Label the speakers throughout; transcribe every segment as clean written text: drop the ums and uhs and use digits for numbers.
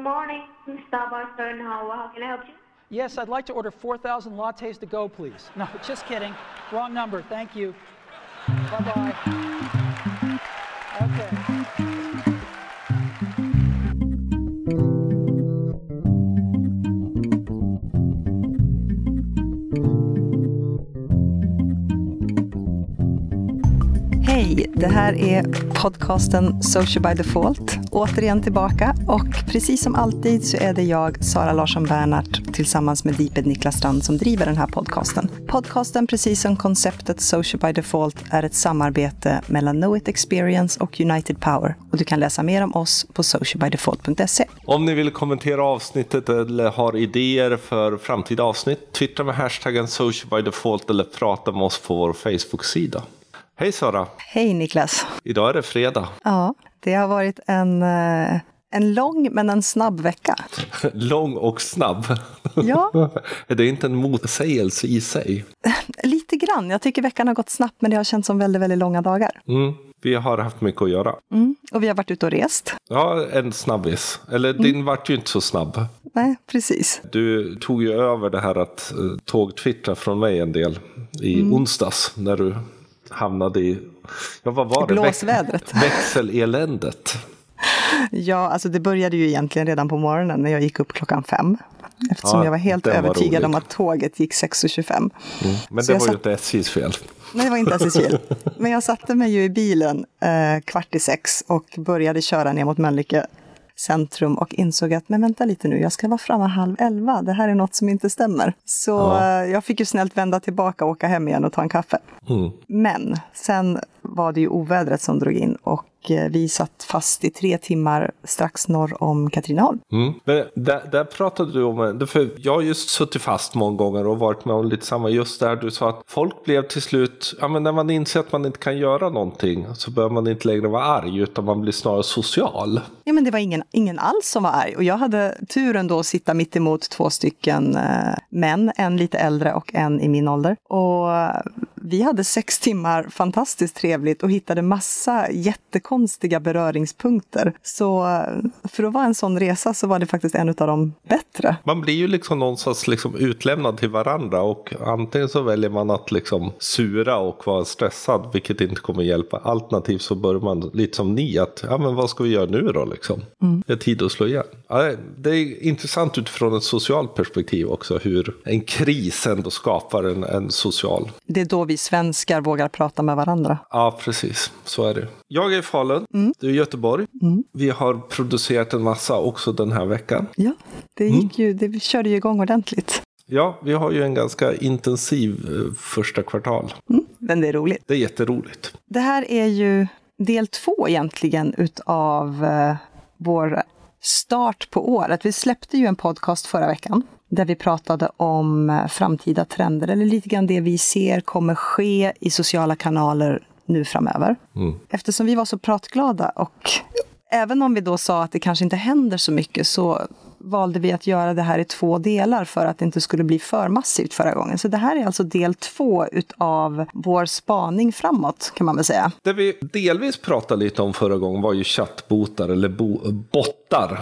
Speaker 1: Good morning, Starbucks. How can I help you?
Speaker 2: Yes, I'd like to order 4,000 lattes to go, please. No, just kidding. Wrong number. Thank you. Bye-bye. Okay.
Speaker 3: Hej, det här är podcasten Social by Default. Återigen tillbaka och precis som alltid så är det jag, Sara Larsson Bernhardt, tillsammans med Deeped Niklas Strand som driver den här podcasten. Podcasten, precis som konceptet Social by Default, är ett samarbete mellan Know It Experience och United Power. Och du kan läsa mer om oss på socialbydefault.se.
Speaker 4: Om ni vill kommentera avsnittet eller har idéer för framtida avsnitt, twittra med hashtaggen Social by Default eller prata med oss på vår Facebook-sida. Hej Sara!
Speaker 3: Hej Niklas!
Speaker 4: Idag är det fredag.
Speaker 3: Ja, det har varit en lång men en snabb vecka.
Speaker 4: Lång och snabb.
Speaker 3: Ja.
Speaker 4: Är det inte en motsägelse i sig?
Speaker 3: Lite grann. Jag tycker veckan har gått snabbt, men det har känts som väldigt, väldigt långa dagar.
Speaker 4: Vi har haft mycket att göra.
Speaker 3: Och vi har varit ute och rest.
Speaker 4: Ja, en snabbis. Eller din vart ju inte så snabb.
Speaker 3: Nej, precis.
Speaker 4: Du tog ju över det här att tågtwittra från mig en del i onsdags när du hamnade i, vad var det?
Speaker 3: Blåsvädret.
Speaker 4: Växeleländet.
Speaker 3: Ja, alltså det började ju egentligen redan på morgonen när jag gick upp 5:00. Eftersom jag var helt övertygad om att tåget gick 6:25.
Speaker 4: Men
Speaker 3: så
Speaker 4: det var ju inte SJs fel.
Speaker 3: Nej, det var inte SJs fel. Men jag satte mig ju i bilen 5:45 och började köra ner mot Mölnlycke centrum och insåg att, men vänta lite nu, jag ska vara framme 10:30. Det här är något som inte stämmer. Så jag fick ju snällt vända tillbaka och åka hem igen och ta en kaffe. Men sen var det ju ovädret som drog in och vi satt fast i 3 timmar strax norr om Katrineholm.
Speaker 4: Men där pratade du om, för jag har just suttit fast många gånger och varit med om lite samma, just där du sa att folk blev till slut, ja men när man inser att man inte kan göra någonting så bör man inte längre vara arg utan man blir snarare social. Ja,
Speaker 3: men det var ingen alls som var arg och jag hade turen då att sitta mitt emot 2 stycken män, en lite äldre och en i min ålder. Och vi hade 6 timmar fantastiskt trevligt och hittade massa jättekonstiga beröringspunkter. Så för att vara en sån resa så var det faktiskt en av de bättre.
Speaker 4: Man blir ju liksom någonstans liksom utlämnad till varandra och antingen så väljer man att liksom sura och vara stressad, vilket inte kommer hjälpa. Alternativt så börjar man lite som ni att, ja men vad ska vi göra nu då liksom? Det är tid att slå igen. Ja, det är intressant utifrån ett socialt perspektiv också hur en kris ändå skapar en social.
Speaker 3: Det är då vi svenskar vågar prata med varandra.
Speaker 4: Ja, precis. Så är det. Jag är i Falun, du är i Göteborg. Vi har producerat en massa också den här veckan. Ja,
Speaker 3: det gick ju, det körde ju igång ordentligt.
Speaker 4: Ja, vi har ju en ganska intensiv första kvartal.
Speaker 3: Men det är roligt.
Speaker 4: Det är jätteroligt.
Speaker 3: Det här är ju del 2 egentligen utav vår start på året. Vi släppte ju en podcast förra veckan där vi pratade om framtida trender eller lite grann det vi ser kommer ske i sociala kanaler nu framöver. Eftersom vi var så pratglada och även om vi då sa att det kanske inte händer så mycket så valde vi att göra det här i 2 delar för att det inte skulle bli för massivt förra gången. Så det här är alltså del 2 utav vår spaning framåt kan man väl säga.
Speaker 4: Det vi delvis pratade lite om förra gången var ju chattbotar eller bottar.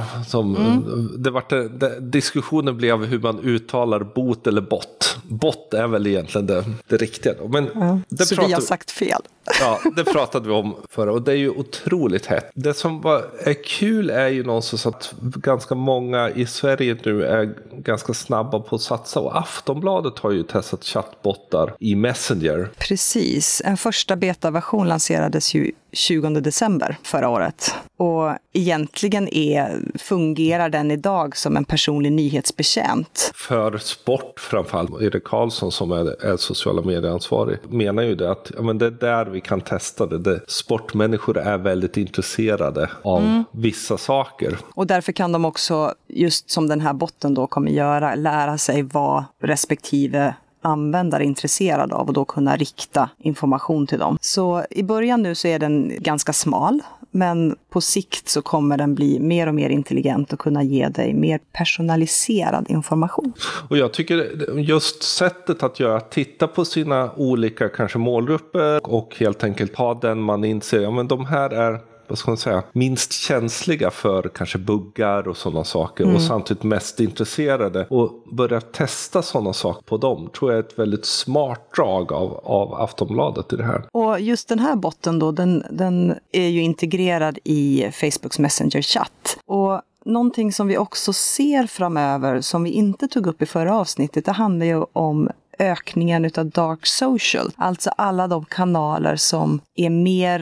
Speaker 4: Diskussionen blev hur man uttalar bot eller bott. Bot är väl egentligen det riktiga. Men
Speaker 3: så vi har sagt fel.
Speaker 4: Ja, det pratade vi om förra och det är ju otroligt hett. Det som är kul är ju någonstans att ganska många i Sverige nu är ganska snabba på att satsa och Aftonbladet har ju testat chattbottar i Messenger.
Speaker 3: Precis, en första betaversion lanserades ju 20 december förra året. Och egentligen fungerar den idag som en personlig nyhetsbetjänt.
Speaker 4: För sport framförallt. Erik Karlsson som är sociala medieansvarig menar ju det att men det är där vi kan testa det. Sportmänniskor är väldigt intresserade av vissa saker.
Speaker 3: Och därför kan de också, just som den här botten då kommer göra, lära sig vad respektive användare intresserad av och då kunna rikta information till dem. Så i början nu så är den ganska smal, men på sikt så kommer den bli mer och mer intelligent och kunna ge dig mer personaliserad information.
Speaker 4: Och jag tycker just sättet att titta på sina olika kanske målgrupper och helt enkelt ha den man inser, ja men de här är vad ska man säga, minst känsliga för kanske buggar och sådana saker och samtidigt mest intresserade, och börja testa sådana saker på dem tror jag är ett väldigt smart drag av Aftonbladet i det här.
Speaker 3: Och just den här botten då, den är ju integrerad i Facebooks Messenger-chatt. Och någonting som vi också ser framöver som vi inte tog upp i förra avsnittet, det handlar ju om ökningen utav dark social. Alltså alla de kanaler som är mer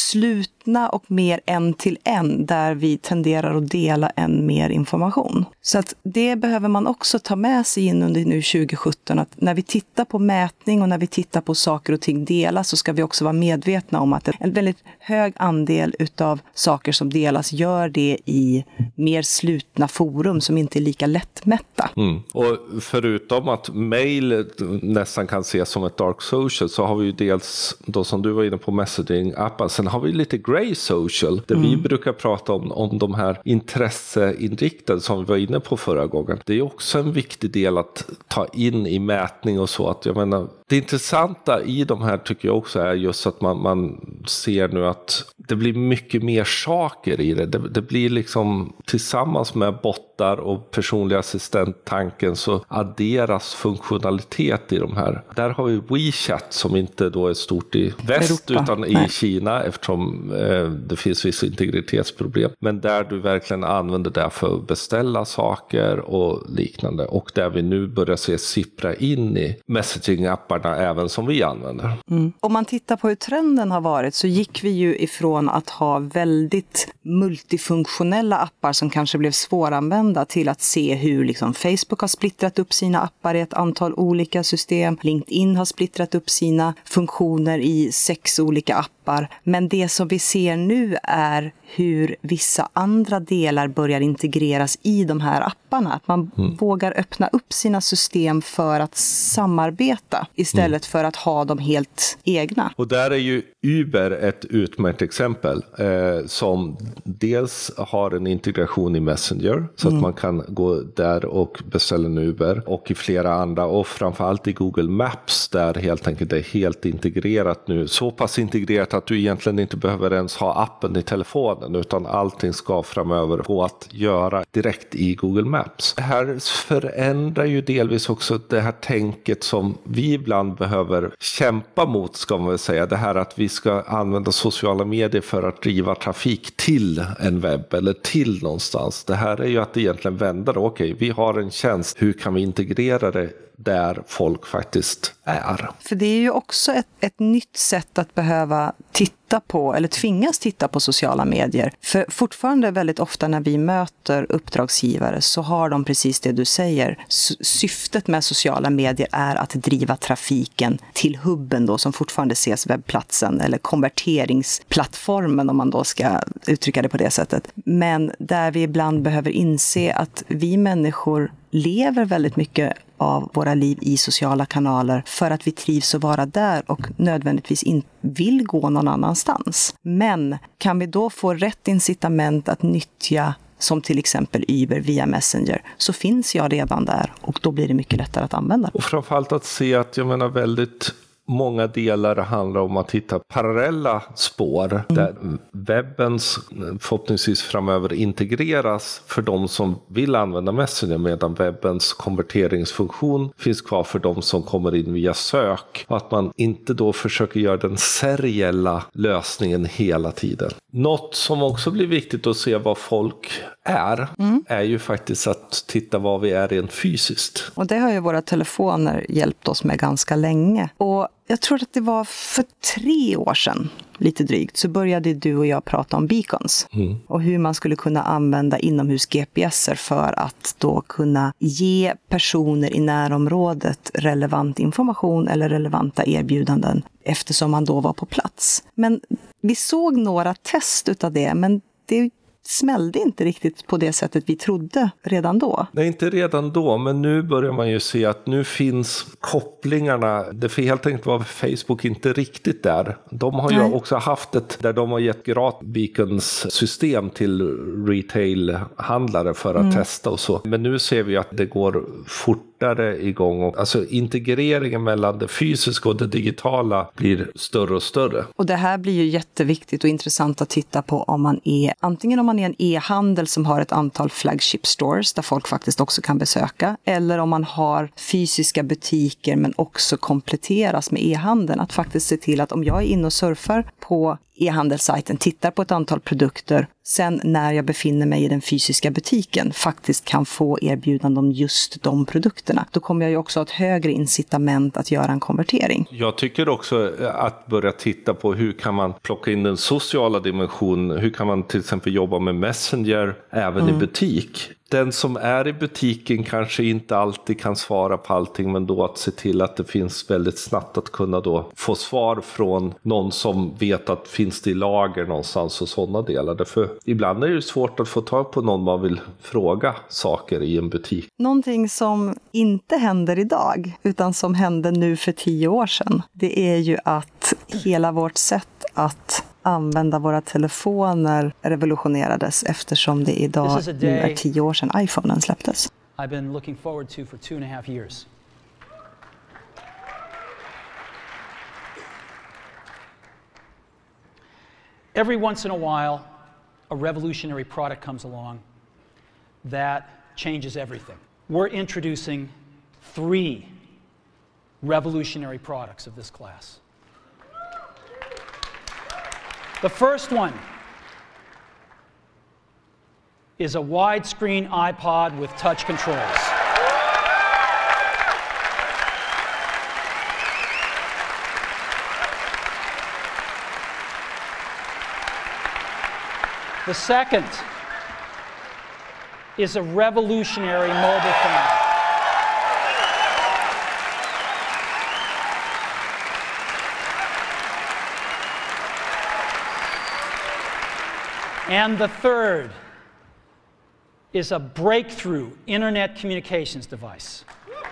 Speaker 3: slutna och mer en till en, där vi tenderar att dela än mer information. Så att det behöver man också ta med sig in under nu 2017, att när vi tittar på mätning och när vi tittar på saker och ting delas, så ska vi också vara medvetna om att en väldigt hög andel utav saker som delas gör det i mer slutna forum som inte är lika lättmätta.
Speaker 4: Och förutom att mail nästan kan ses som ett dark social, så har vi ju dels då, som du var inne på, messaging-appen. Sen har vi lite grey social, där vi brukar prata om de här intresseinriktade som vi var inne på förra gången. Det är också en viktig del att ta in i mätning och så. Att jag menar, det intressanta i de här tycker jag också är just att man ser nu att det blir mycket mer saker i det. Det blir liksom tillsammans med bottar och personlig assistent-tanken så adderas funktionalitet i de här. Där har vi WeChat som inte då är stort i väst utan i Kina, eftersom det finns vissa integritetsproblem. Men där du verkligen använder det för att beställa saker och liknande. Och där vi nu börjar se sippra in i messaging-apparna även som vi använder.
Speaker 3: Om man tittar på hur trenden har varit, så gick vi ju ifrån att ha väldigt multifunktionella appar som kanske blev svåranvända till att se hur liksom Facebook har splittrat upp sina appar i ett antal olika system. LinkedIn har splittrat upp sina funktioner i 6 olika appar. Men det som vi ser nu är hur vissa andra delar börjar integreras i de här apparna. Att man vågar öppna upp sina system för att samarbeta istället för att ha dem helt egna.
Speaker 4: Och där är ju Uber ett utmärkt exempel som dels har en integration i Messenger så att man kan gå där och beställa en Uber, och i flera andra, och framförallt i Google Maps där helt enkelt det är helt integrerat nu. Så pass integrerat att du egentligen inte behöver ens ha appen i telefonen, utan allting ska framöver gå att göra direkt i Google Maps. Det här förändrar ju delvis också det här tänket som vi ibland behöver kämpa mot, ska man väl säga. Det här att vi ska använda sociala medier för att driva trafik till en webb eller till någonstans. Det här är ju att egentligen vända det. Okej, vi har en tjänst, hur kan vi integrera det där folk faktiskt är?
Speaker 3: För det är ju också ett nytt sätt att behöva titta på, eller tvingas titta på sociala medier. För fortfarande väldigt ofta när vi möter uppdragsgivare så har de precis det du säger. Syftet med sociala medier är att driva trafiken till hubben då, som fortfarande ses webbplatsen eller konverteringsplattformen, om man då ska uttrycka det på det sättet. Men där vi ibland behöver inse att vi människor lever väldigt mycket av våra liv i sociala kanaler för att vi trivs att vara där och nödvändigtvis inte vill gå någon annanstans. Men kan vi då få rätt incitament att nyttja, som till exempel Uber via Messenger, så finns jag redan där och då blir det mycket lättare att använda.
Speaker 4: Och framförallt att se att jag menar väldigt många delar handlar om att hitta parallella spår där webbens förhoppningsvis framöver integreras för de som vill använda Messenger, medan webbens konverteringsfunktion finns kvar för de som kommer in via sök, och att man inte då försöker göra den seriella lösningen hela tiden. Något som också blir viktigt att se vad folk är ju faktiskt att titta vad vi är rent fysiskt.
Speaker 3: Och det har ju våra telefoner hjälpt oss med ganska länge. Och jag tror att det var för 3 år sedan, lite drygt, så började du och jag prata om beacons. Och hur man skulle kunna använda inomhus GPSer för att då kunna ge personer i närområdet relevant information eller relevanta erbjudanden eftersom man då var på plats. Men vi såg några test utav det, men det smällde inte riktigt på det sättet vi trodde redan då.
Speaker 4: Nej, inte redan då, men nu börjar man ju se att nu finns kopplingarna. Det för helt enkelt var Facebook inte riktigt där. De har ju också haft ett där de har gett gratis beacons system till retailhandlare för att testa och så. Men nu ser vi att det går fortare fortare igång. Och, alltså integreringen mellan det fysiska och det digitala blir större och större.
Speaker 3: Och det här blir ju jätteviktigt och intressant att titta på om man är, antingen om man är en e-handel som har ett antal flagship stores där folk faktiskt också kan besöka, eller om man har fysiska butiker men också kompletteras med e-handeln. Att faktiskt se till att om jag är inne och surfar på e-handelssajten, tittar på ett antal produkter, sen när jag befinner mig i den fysiska butiken faktiskt kan få erbjudande om just de produkterna. Då kommer jag ju också ha ett högre incitament att göra en konvertering.
Speaker 4: Jag tycker också att börja titta på hur kan man plocka in den sociala dimensionen, hur kan man till exempel jobba med Messenger även i butik. Den som är i butiken kanske inte alltid kan svara på allting, men då att se till att det finns väldigt snabbt att kunna då få svar från någon som vet att finns det i lager någonstans och sådana delar. Därför ibland är det svårt att få tag på någon man vill fråga saker i en butik.
Speaker 3: Någonting som inte händer idag utan som hände nu för 10 år sedan, det är ju att hela vårt sätt att använda våra telefoner revolutionerades eftersom det idag nu är 10 år sedan iPhonen släpptes.
Speaker 2: I've been looking forward to for 2.5 years. Every once in a while, a revolutionary product comes along that changes everything. We're introducing 3 revolutionary products of this class. The first one is a widescreen iPod with touch controls. The second is a revolutionary mobile phone. And the third is a breakthrough internet communications device.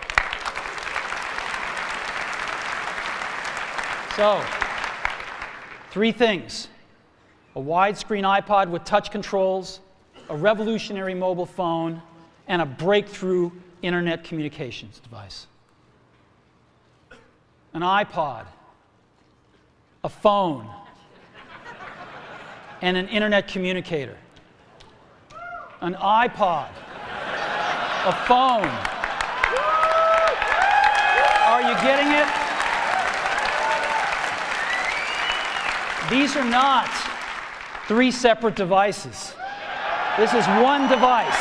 Speaker 2: So, 3 things. A widescreen iPod with touch controls, a revolutionary mobile phone, and a breakthrough internet communications device. An iPod, a phone, and an internet communicator. An iPod, a phone. Are you getting it? These are not 3 separate devices. This is one device.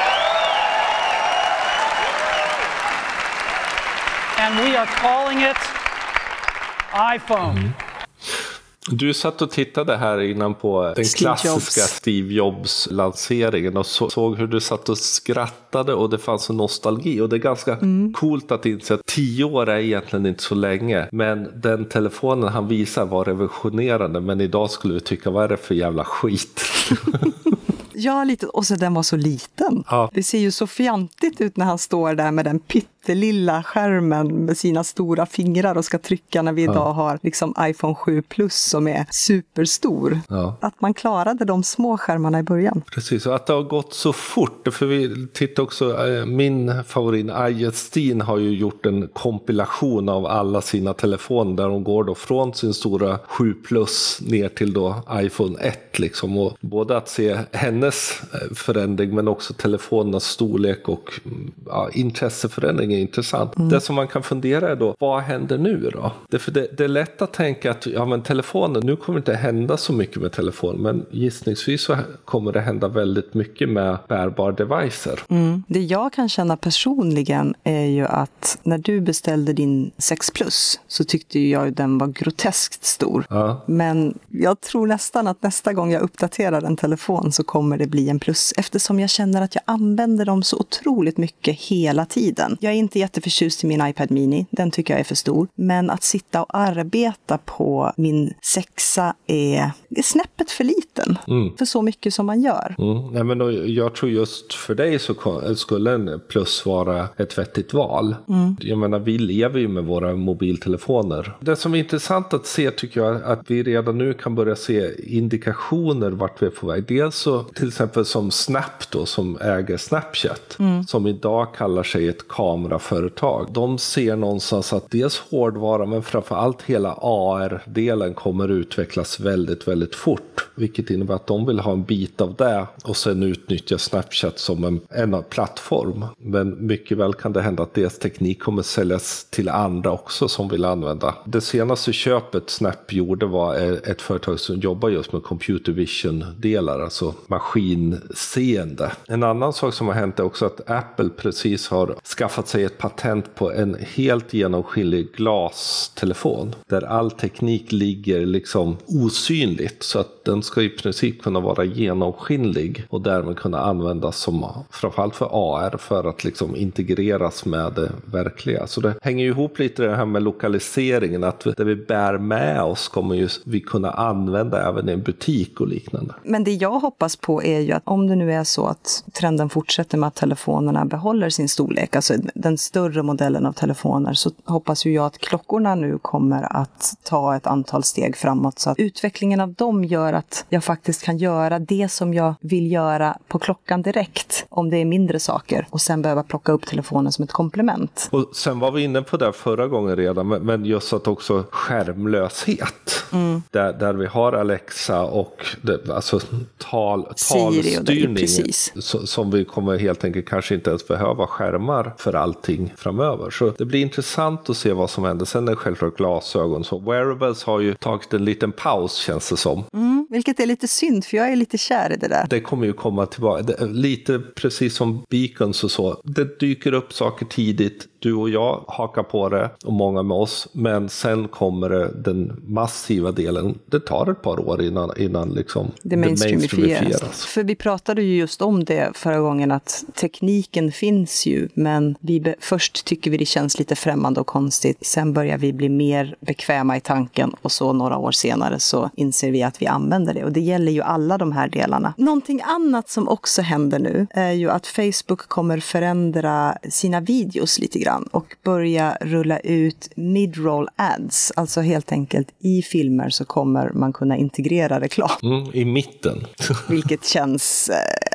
Speaker 2: And we are calling it iPhone.
Speaker 4: Du satt och tittade här innan på den klassiska Steve Jobs-lanseringen och såg hur du satt och skrattade och det fanns en nostalgi. Och det är ganska coolt att inse att 10 år är egentligen inte så länge. Men den telefonen han visar var revolutionerande, men idag skulle vi tycka, vad är det för jävla skit?
Speaker 3: Ja, lite. Och så den var så liten.
Speaker 4: Ja.
Speaker 3: Det ser ju så fjantigt ut när han står där med den pyttelilla skärmen med sina stora fingrar och ska trycka när vi idag har liksom iPhone 7 Plus som är superstor.
Speaker 4: Ja.
Speaker 3: Att man klarade de små skärmarna i början.
Speaker 4: Precis, och att det har gått så fort. För vi tittar också, min favorit Ajestin har ju gjort en kompilation av alla sina telefoner där de går då från sin stora 7 Plus ner till då iPhone 1 liksom. Och både att se hennes förändring men också telefonernas storlek och intresseförändring är intressant. Det som man kan fundera är då, vad händer nu då? Det är lätt att tänka att men telefonen, nu kommer det inte hända så mycket med telefonen, men gissningsvis så kommer det hända väldigt mycket med bärbara devicer.
Speaker 3: Det jag kan känna personligen är ju att när du beställde din 6 Plus så tyckte jag den var groteskt stor.
Speaker 4: Ja.
Speaker 3: Men jag tror nästan att nästa gång jag uppdaterar en telefon så kommer det bli en Plus, eftersom jag känner att jag använder dem så otroligt mycket hela tiden. Jag är inte jätteförtjust i min iPad Mini, den tycker jag är för stor. Men att sitta och arbeta på min 6 är snäppet för liten för så mycket som man gör.
Speaker 4: Nej, men då, jag tror just för dig så skulle en Plus vara ett vettigt val. Jag menar, vi lever ju med våra mobiltelefoner. Det som är intressant att se tycker jag att vi redan nu kan börja se indikationer vart vi är på väg. Dels så till till exempel som Snap då, som äger Snapchat, som idag kallar sig ett kameraföretag. De ser någonstans att dels hårdvara men framförallt hela AR-delen kommer utvecklas väldigt, väldigt fort. Vilket innebär att de vill ha en bit av det och sen utnyttja Snapchat som en plattform. Men mycket väl kan det hända att deras teknik kommer säljas till andra också som vill använda. Det senaste köpet Snap gjorde var ett företag som jobbar just med computer vision-delar, alltså maskinseende. En annan sak som har hänt är också att Apple precis har skaffat sig ett patent på en helt genomskinlig glastelefon där all teknik ligger liksom osynligt, så att den ska i princip kunna vara genomskinlig och därmed kunna användas som framförallt för AR för att liksom integreras med det verkliga. Så det hänger ju ihop lite det här med lokaliseringen, att det vi bär med oss kommer ju vi kunna använda även i en butik och liknande.
Speaker 3: Men det jag hoppas på är ju att om det nu är så att trenden fortsätter med att telefonerna behåller sin storlek, alltså den större modellen av telefoner, så hoppas ju jag att klockorna nu kommer att ta ett antal steg framåt så att utvecklingen av dem gör att jag faktiskt kan göra det som jag vill göra på klockan direkt om det är mindre saker och sen behöva plocka upp telefonen som ett komplement.
Speaker 4: Och sen var vi inne på det förra gången redan, men just att också skärmlöshet. Där vi har Alexa och alltså talstyrning som vi kommer helt enkelt kanske inte ens behöva skärmar för allting framöver. Så det blir intressant att se vad som händer. Sen är det självklart glasögon. Så wearables har ju tagit en liten paus, känns det som.
Speaker 3: Vilket är lite synd, för jag är lite kär i det där.
Speaker 4: Det kommer ju komma tillbaka. Lite precis som beacons och så. Det dyker upp saker tidigt. Du och jag hakar på det och många med oss. Men sen kommer det den massiva delen. Det tar ett par år innan liksom
Speaker 3: det mainstreamifieras. För vi pratade ju just om det förra gången, att tekniken finns ju. Men först tycker vi det känns lite främmande och konstigt. Sen börjar vi bli mer bekväma i tanken. Och så några år senare så inser vi att vi använder det. Och det gäller ju alla de här delarna. Någonting annat som också händer nu är ju att Facebook kommer förändra sina videos lite grann och börja rulla ut mid-roll ads. Alltså helt enkelt i filmer så kommer man kunna integrera reklam.
Speaker 4: I mitten.
Speaker 3: Vilket känns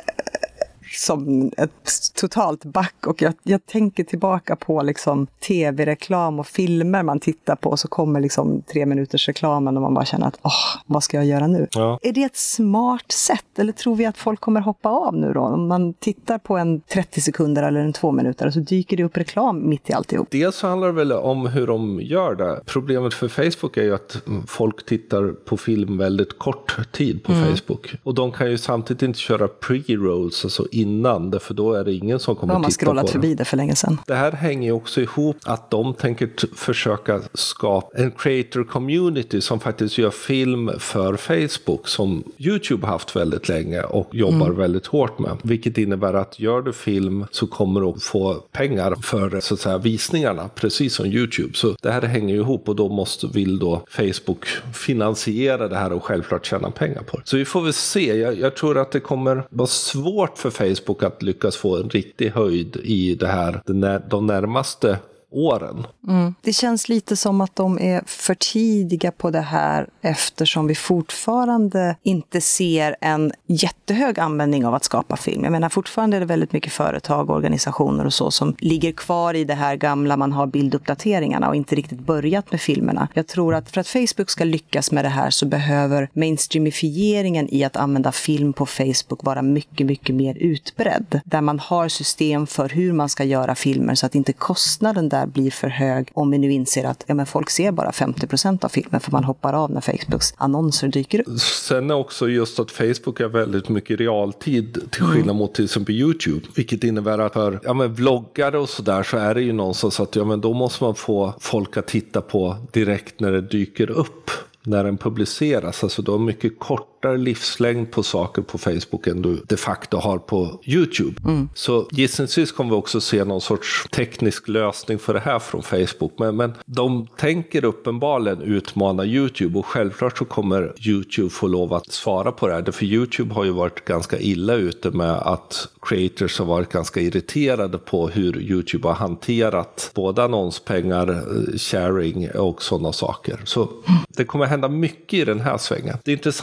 Speaker 3: som ett totalt back, och jag tänker tillbaka på liksom tv-reklam och filmer man tittar på, och så kommer liksom 3 minuters reklamen och man bara känner att vad ska jag göra nu? Ja. Är det ett smart sätt, eller tror vi att folk kommer hoppa av nu då? Om man tittar på en 30 sekunder eller en 2 minuter så dyker det upp reklam mitt i alltihop.
Speaker 4: Dels handlar det väl om hur de gör det. Problemet för Facebook är ju att folk tittar på film väldigt kort tid på Facebook. Och de kan ju samtidigt inte köra pre-rolls, alltså innan, för då är det ingen som kommer att titta på det. De har scrollat
Speaker 3: förbi det för länge sedan.
Speaker 4: Det här hänger ju också ihop att de tänker försöka skapa en creator community som faktiskt gör film för Facebook, som YouTube haft väldigt länge och jobbar väldigt hårt med. Vilket innebär att gör du film så kommer du att få pengar för så att säga visningarna, precis som YouTube. Så det här hänger ju ihop, och då vill Facebook finansiera det här och självklart tjäna pengar på det. Så vi får väl se. Jag tror att det kommer vara svårt för Facebook att lyckas få en riktig höjd i det här de närmaste åren.
Speaker 3: Det känns lite som att de är för tidiga på det här, eftersom vi fortfarande inte ser en jättehög användning av att skapa film. Jag menar, fortfarande är det väldigt mycket företag, organisationer och så som ligger kvar i det här gamla, man har bilduppdateringarna och inte riktigt börjat med filmerna. Jag tror att för att Facebook ska lyckas med det här så behöver mainstreamifieringen i att använda film på Facebook vara mycket, mycket mer utbredd. Där man har system för hur man ska göra filmer så att inte kostnaden där blir för hög, om vi nu inser att folk ser bara 50% av filmen för man hoppar av när Facebooks annonser dyker upp.
Speaker 4: Sen är också just att Facebook är väldigt mycket realtid till skillnad mot till exempel YouTube, vilket innebär att för vloggare och sådär så är det ju någonstans att då måste man få folk att titta på direkt när det dyker upp, när den publiceras. Alltså du har mycket kortare livslängd på saker på Facebook än du de facto har på YouTube. Så gissningsvis kommer vi också se någon sorts teknisk lösning för det här från Facebook. Men de tänker uppenbarligen utmana YouTube, och självklart så kommer YouTube få lov att svara på det här. För YouTube har ju varit ganska illa ute med att creators har varit ganska irriterade på hur YouTube har hanterat både annonspengar, sharing och sådana saker. Så det kommer hända mycket i den här svängen. Det intressanta i det här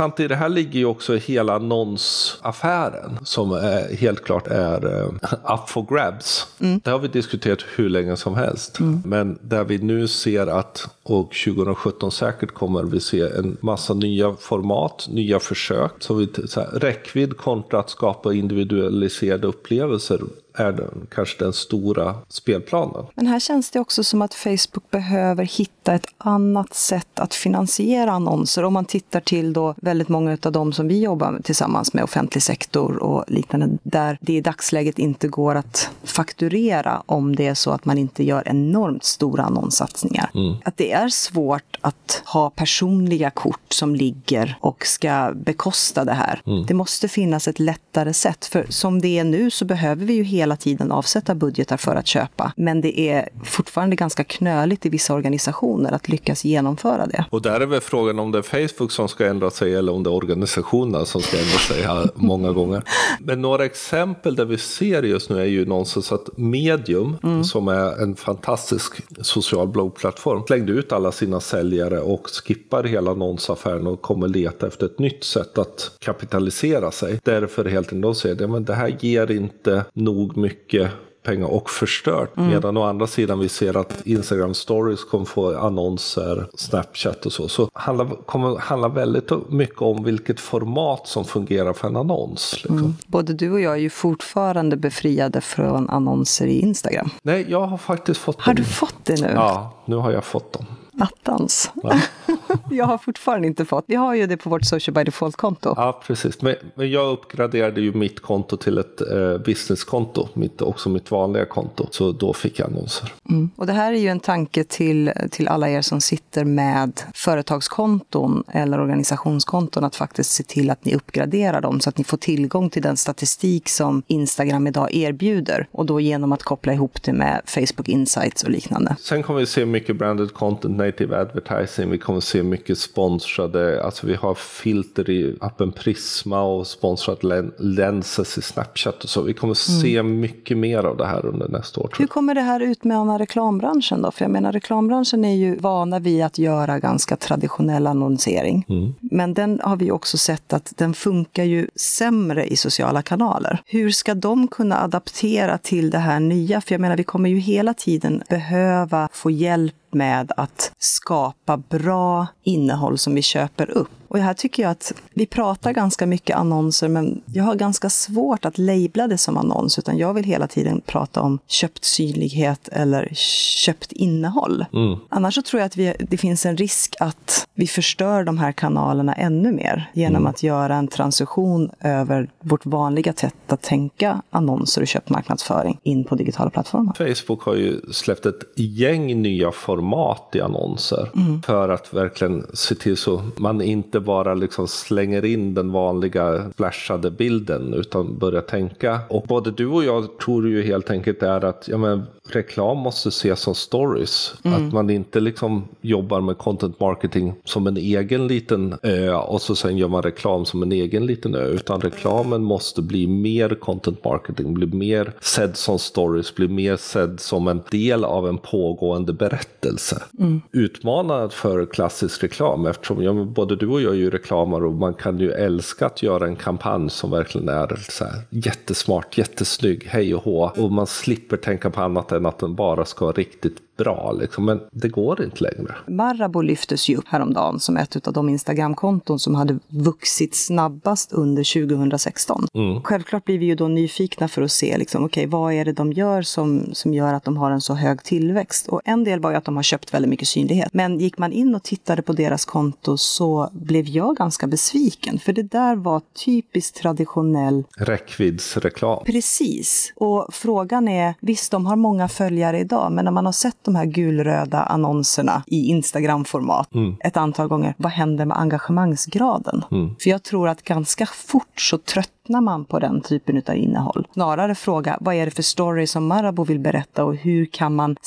Speaker 4: ligger ju också hela annonsaffären som helt klart är up for grabs. Det har vi diskuterat hur länge som helst. Men där vi nu ser att, och 2017 säkert kommer vi se en massa nya format, nya försök. Så räckvidd kontra att skapa individualiserade upplevelser är kanske den stora spelplanen.
Speaker 3: Men här känns det också som att Facebook behöver hitta ett annat sätt att finansiera annonser. Om man tittar till då väldigt många av dem som vi jobbar med tillsammans med offentlig sektor och liknande, där det i dagsläget inte går att fakturera om det är så att man inte gör enormt stora annonssatsningar. Att det är svårt att ha personliga kort som ligger och ska bekosta det här. Det måste finnas ett lättare sätt, för som det är nu så behöver vi ju hela tiden avsätta budgetar för att köpa. Men det är fortfarande ganska knöligt i vissa organisationer att lyckas genomföra det.
Speaker 4: Och där är väl frågan om det är Facebook som ska ändra sig eller om det är organisationerna som ska ändra sig här många gånger. Men några exempel där vi ser just nu är ju någonstans att Medium, som är en fantastisk social bloggplattform, slängde ut alla sina säljare och skippar hela annonsaffären och kommer leta efter ett nytt sätt att kapitalisera sig. Därför helt enkelt då säger men det här ger inte nog mycket pengar och förstört. Medan å andra sidan vi ser att Instagram Stories kommer få annonser, Snapchat och så. Så kommer handla väldigt mycket om vilket format som fungerar för en annons. Liksom.
Speaker 3: Både du och jag är ju fortfarande befriade från annonser i Instagram.
Speaker 4: Nej, jag har faktiskt fått dem.
Speaker 3: Har du fått det nu?
Speaker 4: Ja, nu har jag fått dem.
Speaker 3: Attans. Ja. Jag har fortfarande inte fått. Vi har ju det på vårt Social by Default-konto.
Speaker 4: Ja, precis. Men jag uppgraderade ju mitt konto till ett businesskonto. Också mitt vanliga konto. Så då fick jag annonser.
Speaker 3: Och det här är ju en tanke till alla er som sitter med företagskonton eller organisationskonton, att faktiskt se till att ni uppgraderar dem så att ni får tillgång till den statistik som Instagram idag erbjuder. Och då genom att koppla ihop det med Facebook Insights och liknande.
Speaker 4: Sen kommer vi se mycket branded content, native advertising. Vi kommer se mycket sponsrade, alltså vi har filter i appen Prisma och sponsrade lenses i Snapchat och så. Vi kommer se mycket mer av det här under nästa år.
Speaker 3: Hur kommer det här utmana reklambranschen då? För jag menar, reklambranschen är ju vana vid att göra ganska traditionell annonsering. Men den har vi också sett att den funkar ju sämre i sociala kanaler. Hur ska de kunna adaptera till det här nya? För jag menar, vi kommer ju hela tiden behöva få hjälp med att skapa bra innehåll som vi köper upp. Och här tycker jag att vi pratar ganska mycket annonser, men jag har ganska svårt att labla det som annons, utan jag vill hela tiden prata om köpt synlighet eller köpt innehåll. Annars så tror jag att det finns en risk att vi förstör de här kanalerna ännu mer genom att göra en transition över vårt vanliga sätt att tänka annonser och köpt marknadsföring in på digitala plattformar.
Speaker 4: Facebook har ju släppt ett gäng nya format i annonser för att verkligen se till så man inte bara liksom slänger in den vanliga flashade bilden utan börjar tänka. Och både du och jag tror ju helt enkelt är att reklam måste ses som stories. Att man inte liksom jobbar med content marketing som en egen liten ö och så sen gör man reklam som en egen liten ö. Utan reklamen måste bli mer content marketing, bli mer sedd som stories, bli mer sedd som en del av en pågående berättelse. Utmanad för klassisk reklam eftersom både du och jag är ju reklamare och man kan ju älska att göra en kampanj som verkligen är så här jättesmart, jättesnygg, hej och hå. Och man slipper tänka på annat än att den bara ska vara riktigt bra liksom. Men det går inte längre.
Speaker 3: Marabou lyftes ju upp häromdagen som ett av de Instagram-konton som hade vuxit snabbast under 2016. Självklart blir vi ju då nyfikna för att se liksom, okej, vad är det de gör som gör att de har en så hög tillväxt? Och en del var ju att de har köpt väldigt mycket synlighet. Men gick man in och tittade på deras konto så blev jag ganska besviken. För det där var typiskt traditionell
Speaker 4: räckviddsreklam.
Speaker 3: Precis. Och frågan är, visst de har många följare idag, men när man har sett de här gulröda annonserna i Instagram-format ett antal gånger, vad händer med engagemangsgraden? För jag tror att ganska fort så tröttnar man på den typen av innehåll. Snarare fråga, vad är det för story som Marabou vill berätta och hur kan man sätta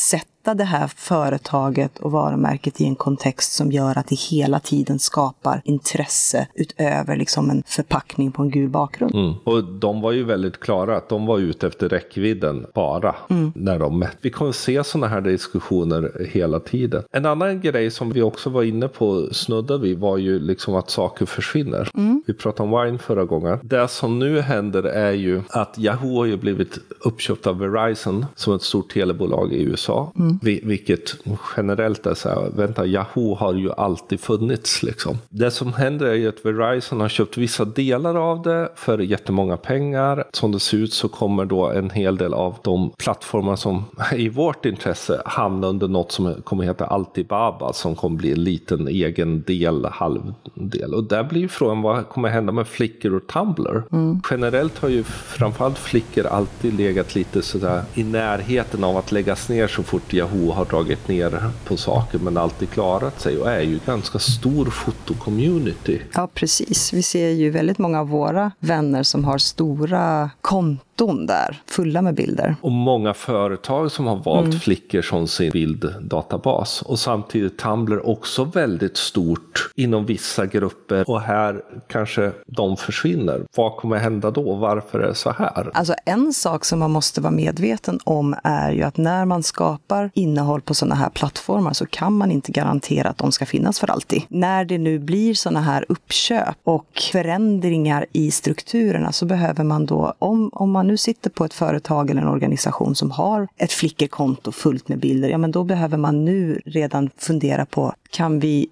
Speaker 3: sätta det här företaget och varumärket i en kontext som gör att det hela tiden skapar intresse utöver liksom en förpackning på en gul bakgrund.
Speaker 4: Och de var ju väldigt klara att de var ute efter räckvidden bara när de mätte. Vi kommer se sådana här diskussioner hela tiden. En annan grej som vi också var inne på, snuddade vi, var ju liksom att saker försvinner. Vi pratade om Wine förra gången. Det som nu händer är ju att Yahoo har ju blivit uppköpt av Verizon som ett stort telebolag i USA. Vilket generellt är så här, vänta, Yahoo har ju alltid funnits liksom. Det som händer är ju att Verizon har köpt vissa delar av det för jättemånga pengar. Som det ser ut så kommer då en hel del av de plattformar som i vårt intresse hamnar under något som kommer heta Alibaba, som kommer bli en liten egen del, halvdel. Och där blir ju frågan, vad kommer hända med Flickr och Tumblr? Generellt har ju framförallt Flickr alltid legat lite sådär i närheten av att läggas ner så fort Yahoo har dragit ner på saker, men alltid klarat sig och är ju ganska stor fotocommunity.
Speaker 3: Ja, precis. Vi ser ju väldigt många av våra vänner som har stora konton där, fulla med bilder.
Speaker 4: Och många företag som har valt Flickr som sin bilddatabas. Och samtidigt Tumblr också väldigt stort inom vissa grupper. Och här kanske de försvinner. Vad kommer hända då? Varför är det så här?
Speaker 3: Alltså en sak som man måste vara medveten om är ju att när man skapar innehåll på sådana här plattformar så kan man inte garantera att de ska finnas för alltid. När det nu blir sådana här uppköp och förändringar i strukturerna så behöver man då, om man nu sitter på ett företag eller en organisation som har ett Flickr-konto fullt med bilder, ja men då behöver man nu redan fundera på, kan vi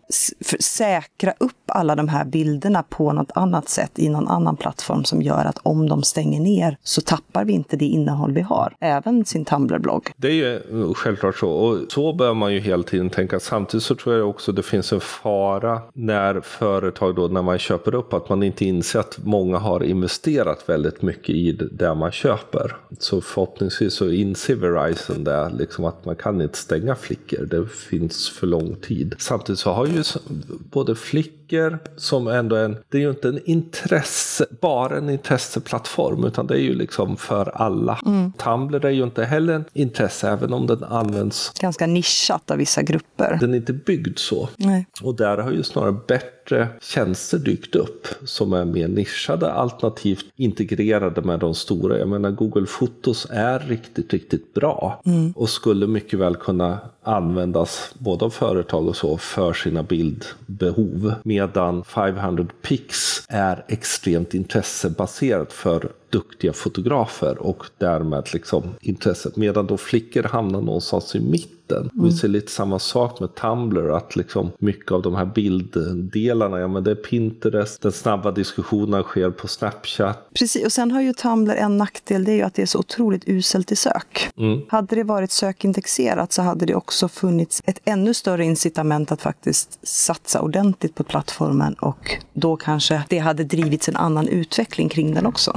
Speaker 3: säkra upp alla de här bilderna på något annat sätt i någon annan plattform som gör att om de stänger ner så tappar vi inte det innehåll vi har, även sin Tumblr-blogg.
Speaker 4: Det är ju självklart så, och så bör man ju hela tiden tänka. Samtidigt så tror jag också det finns en fara när företag då, när man köper upp, att man inte inser att många har investerat väldigt mycket i det man köper. Så förhoppningsvis så inser Verizon det, liksom att man kan inte stänga Flickr, det finns för lång tid. Samtidigt så har ju både Flickr som ändå det är ju inte bara en intresseplattform, utan det är ju liksom för alla. Tumblr är ju inte heller en intresse, även om den används
Speaker 3: ganska nischat av vissa grupper.
Speaker 4: Den är inte byggd så.
Speaker 3: Nej.
Speaker 4: Och där har ju snarare bättre tjänster dykt upp som är mer nischade, alternativt integrerade med de stora. Jag menar, Google Fotos är riktigt, riktigt bra och skulle mycket väl kunna användas både av företag och så för sina bildbehov, medan 500 Pix är extremt intressebaserat för duktiga fotografer och därmed liksom intresset, medan då Flickr hamnar någonstans i mitten. Vi ser lite samma sak med Tumblr, att liksom mycket av de här bilddelarna, ja men det är Pinterest, den snabba diskussionen sker på Snapchat.
Speaker 3: Precis, och sen har ju Tumblr en nackdel, det är ju att det är så otroligt uselt i sök. Hade det varit sökindexerat så hade det också funnits ett ännu större incitament att faktiskt satsa ordentligt på plattformen, och då kanske det hade drivits en annan utveckling kring den också.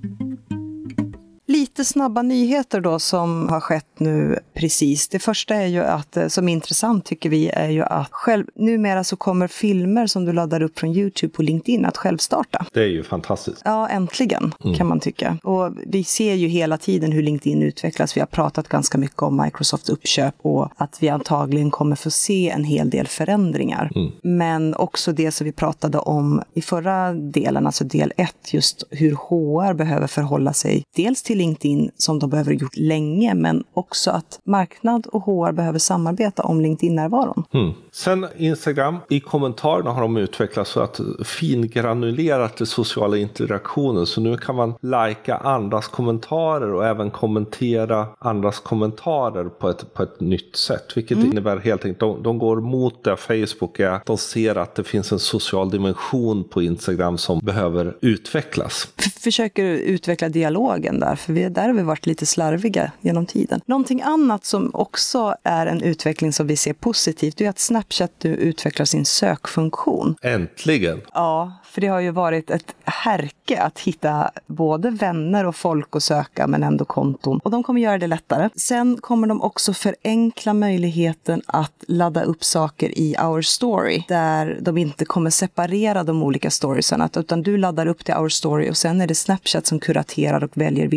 Speaker 3: Lite snabba nyheter då som har skett nu precis. Det första är ju att, som är intressant tycker vi, är ju att numera så kommer filmer som du laddar upp från YouTube på LinkedIn att självstarta.
Speaker 4: Det är ju fantastiskt.
Speaker 3: Ja, äntligen kan man tycka. Och vi ser ju hela tiden hur LinkedIn utvecklas. Vi har pratat ganska mycket om Microsofts uppköp och att vi antagligen kommer få se en hel del förändringar. Men också det som vi pratade om i förra delen, alltså del 1, just hur HR behöver förhålla sig dels till LinkedIn som de behöver gjort länge, men också att marknad och HR behöver samarbeta om LinkedIn-närvaron.
Speaker 4: Sen Instagram, i kommentarerna har de utvecklats så att fingranulerat till sociala interaktioner, så nu kan man lajka andras kommentarer och även kommentera andras kommentarer på ett nytt sätt, vilket innebär helt enkelt de går mot det Facebook är. De ser att det finns en social dimension på Instagram som behöver utvecklas.
Speaker 3: Försöker utveckla dialogen där, för där har vi varit lite slarviga genom tiden. Någonting annat som också är en utveckling som vi ser positivt är att Snapchat nu utvecklar sin sökfunktion.
Speaker 4: Äntligen!
Speaker 3: Ja, för det har ju varit ett härke att hitta både vänner och folk att söka, men ändå konton. Och de kommer göra det lättare. Sen kommer de också förenkla möjligheten att ladda upp saker i Our Story, där de inte kommer separera de olika storiesarna, utan du laddar upp till Our Story och sen är det Snapchat som kuraterar och väljer vilket material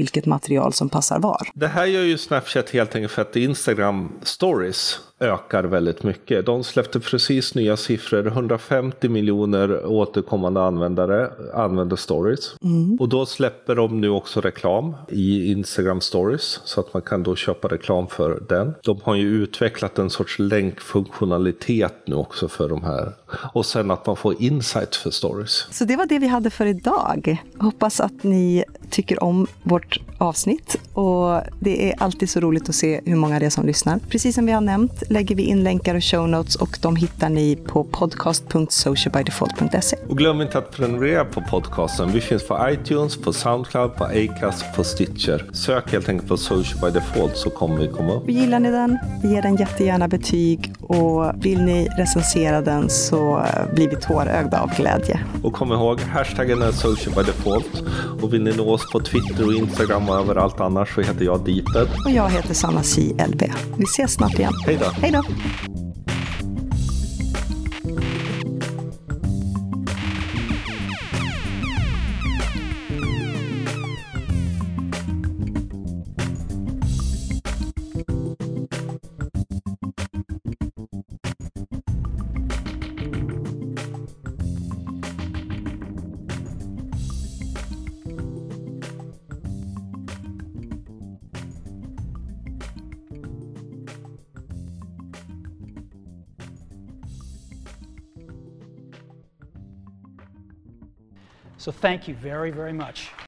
Speaker 3: material som passar var.
Speaker 4: Det här gör ju Snapchat helt enkelt för att Instagram Stories ökar väldigt mycket. De släppte precis nya siffror. 150 miljoner återkommande användare använder stories. Och då släpper de nu också reklam i Instagram Stories så att man kan då köpa reklam för den. De har ju utvecklat en sorts länkfunktionalitet nu också för de här. Och sen att man får insights för stories.
Speaker 3: Så det var det vi hade för idag. Hoppas att ni tycker om vårt avsnitt och det är alltid så roligt att se hur många det är som lyssnar. Precis som vi har nämnt lägger vi in länkar och show notes och de hittar ni på podcast.socialbydefault.se.
Speaker 4: Och glöm inte att prenumerera på podcasten. Vi finns på iTunes, på Soundcloud, på Acast, på Stitcher. Sök helt enkelt på Social by Default så kommer vi komma upp.
Speaker 3: Och gillar ni den, ge den jättegärna betyg och vill ni recensera den så blir vi tårögda av glädje.
Speaker 4: Och kom ihåg, hashtaggen är Social by Default. Och vill ni nå oss på Twitter och Instagram och överallt annars så heter jag Dieter.
Speaker 3: Och jag heter Sanna CLB. Vi ses snart igen.
Speaker 4: Hej då!
Speaker 3: Hej då!
Speaker 2: So thank you very, very much